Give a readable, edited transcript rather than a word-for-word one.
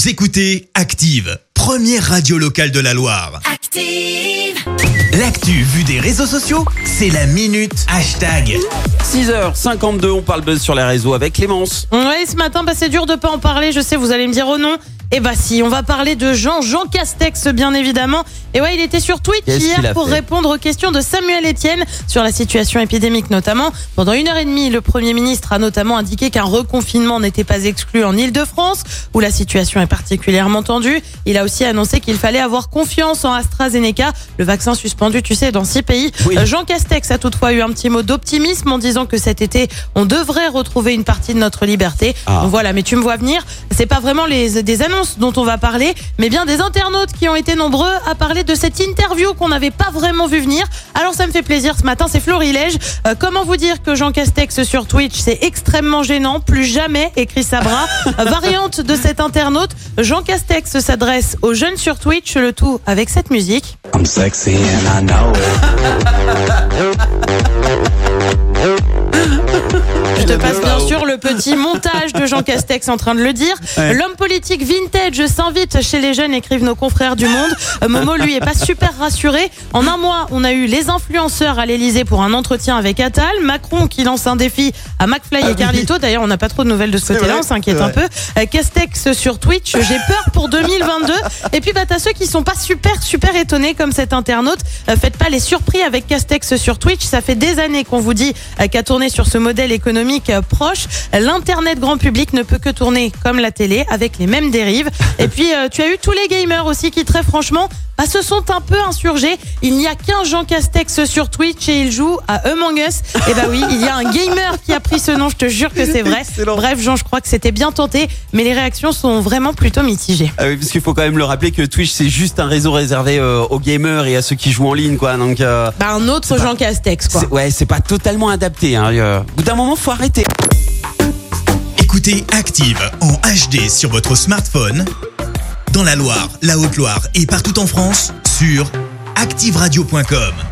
Vous écoutez Active, première radio locale de la Loire. Active. L'actu vue des réseaux sociaux, c'est la minute hashtag. 6h52, on parle buzz sur les réseaux avec Clémence. Ouais, ce matin, c'est dur de pas en parler. Je sais, vous allez me dire oh non. Eh bah si, on va parler de Jean Castex, bien évidemment. Et ouais, il était sur Twitch hier pour répondre aux questions de Samuel Etienne sur la situation épidémique notamment. Pendant 1h30, le Premier ministre a notamment indiqué qu'un reconfinement n'était pas exclu en Île-de-France, où la situation est particulièrement tendue. Il a aussi annoncé qu'il fallait avoir confiance en AstraZeneca, le vaccin suspendu, tu sais, dans 6 pays. Oui. Jean Castex a toutefois eu un petit mot d'optimisme en disant que cet été, on devrait retrouver une partie de notre liberté. Donc voilà, mais tu me vois venir, c'est pas vraiment des annonces dont on va parler, mais bien des internautes qui ont été nombreux à parler de cette interview qu'on n'avait pas vraiment vu venir. Alors ça me fait plaisir ce matin, c'est Florilège. Comment vous dire que Jean Castex sur Twitch, c'est extrêmement gênant, plus jamais, écrit Sabra. Variante de cet internaute, Jean Castex s'adresse aux jeunes sur Twitch, le tout avec cette musique. I'm sexy and I know it. Je te passe bien sûr le petit montage de Jean Castex en train de le dire. Ouais. L'homme politique vintage s'invite chez les jeunes, écrivent nos confrères du Monde. Momo, lui, est pas super rassuré. En un mois, on a eu les influenceurs à l'Elysée pour un entretien avec Attal. Macron qui lance un défi à McFly et Carlito. D'ailleurs, on n'a pas trop de nouvelles de ce côté-là, on s'inquiète un peu. Castex sur Twitch, j'ai peur pour 2022. Et puis, t'as ceux qui sont pas super étonnés comme cet internaute. Faites pas les surpris avec Castex sur Twitch. Ça fait des années qu'on vous dit qu'à tourner sur ce modèle économique proche, l'internet grand public ne peut que tourner comme la télé avec les mêmes dérives. Et puis tu as eu tous les gamers aussi qui très franchement se sont un peu insurgés. Il n'y a qu'un Jean Castex sur Twitch et il joue à Among Us. Et bah oui, il y a un gamer qui a pris ce nom, je te jure que c'est vrai. Excellent. Bref, Jean, je crois que c'était bien tenté, mais les réactions sont vraiment plutôt mitigées. Ah oui, parce qu'il faut quand même le rappeler que Twitch, c'est juste un réseau réservé aux gamers et à ceux qui jouent en ligne, quoi. Donc un autre Jean Castex, quoi. C'est pas totalement adapté, hein. Au bout d'un moment, faut arrêter. Écoutez Active en HD sur votre smartphone, dans la Loire, la Haute-Loire et partout en France, sur activeradio.com.